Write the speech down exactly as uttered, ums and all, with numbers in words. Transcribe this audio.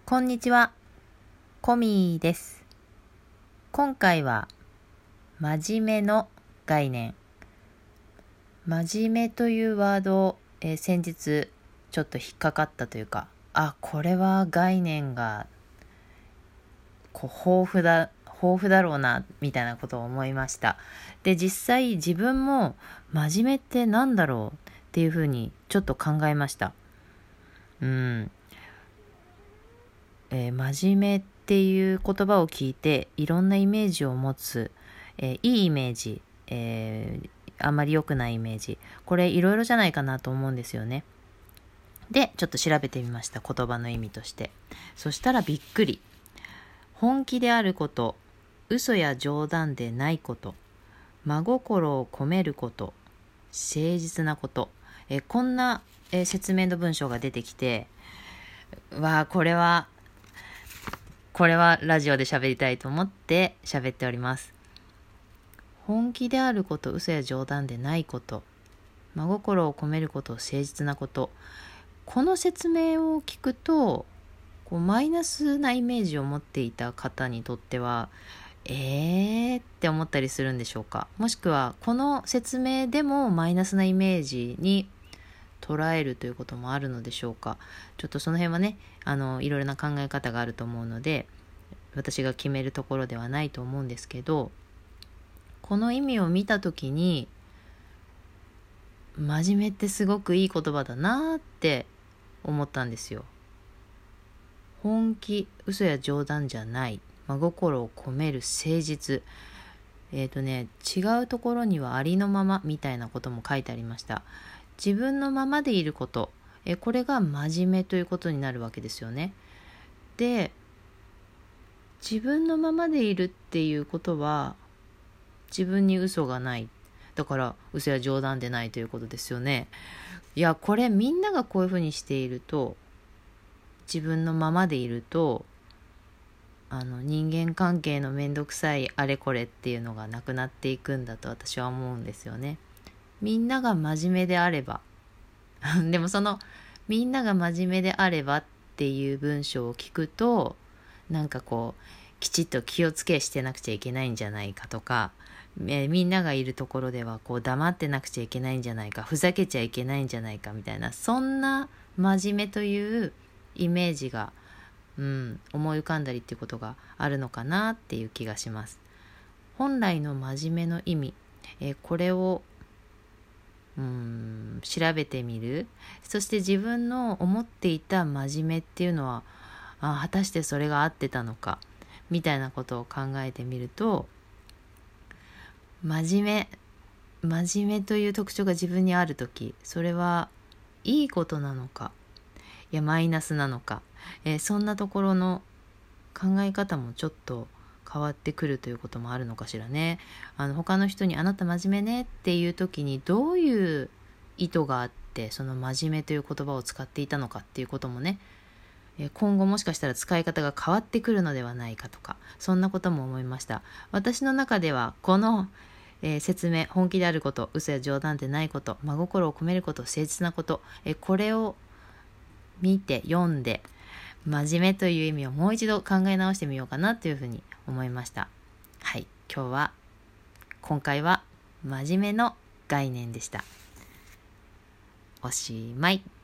こんにちは、コミです。今回は真面目の概念。真面目というワードを、えー先日ちょっと引っかかったというか、あ、これは概念がこう豊富だ豊富だろうなみたいなことを思いました。で、実際自分も真面目ってなんだろうっていうふうにちょっと考えました。うん。えー真面目っていう言葉を聞いていろんなイメージを持つ、えーいいイメージ、えーあんまり良くないイメージ、これいろいろじゃないかなと思うんですよね。で、ちょっと調べてみました、言葉の意味として。そしたらびっくり。本気であること、嘘や冗談でないこと、真心を込めること、誠実なこと、えーこんな、えー説明の文章が出てきて、わあ、これはこれはラジオで喋りたいと思って喋っております。本気であること、嘘や冗談でないこと、真心を込めること、誠実なこと。この説明を聞くと、こうマイナスなイメージを持っていた方にとっては、えーって思ったりするんでしょうか。もしくは、この説明でもマイナスなイメージに捉えるということもあるのでしょうか。ちょっとその辺はね、あのいろいろな考え方があると思うので、私が決めるところではないと思うんですけど、この意味を見たときに、真面目ってすごくいい言葉だなって思ったんですよ。本気、嘘や冗談じゃない、真心を込める誠実。えっとね、違うところにはありのままみたいなことも書いてありました。自分のままでいること、えこれが真面目ということになるわけですよね。で、自分のままでいるっていうことは、自分に嘘がない。だから嘘や冗談でないということですよね。いや、これみんながこういうふうにしていると、自分のままでいると、あの人間関係のめんどくさいあれこれっていうのがなくなっていくんだと私は思うんですよね。みんなが真面目であればでもそのみんなが真面目であればっていう文章を聞くと、なんかこうきちっと気をつけしてなくちゃいけないんじゃないかとか、えーみんながいるところではこう黙ってなくちゃいけないんじゃないか、ふざけちゃいけないんじゃないかみたいな、そんな真面目というイメージが、うん、思い浮かんだりっていうことがあるのかなっていう気がします。本来の真面目の意味、えーこれをうーん調べてみる。そして自分の思っていた真面目っていうのは、あ、果たしてそれが合ってたのかみたいなことを考えてみると、真面目真面目という特徴が自分にあるとき、それはいいことなのか、いやマイナスなのか、えーそんなところの考え方もちょっと変わってくるということもあるのかしらね。あの他の人にあなた真面目ねっていう時にどういう意図があってその真面目という言葉を使っていたのかっていうこともね、え今後もしかしたら使い方が変わってくるのではないかとか、そんなことも思いました。私の中ではこの、えー説明、本気であること、嘘や冗談でないこと、真心を込めること、誠実なこと、えーこれを見て読んで、真面目という意味をもう一度考え直してみようかなというふうに思いました。はい、今日は今回は真面目の概念でした。おしまい。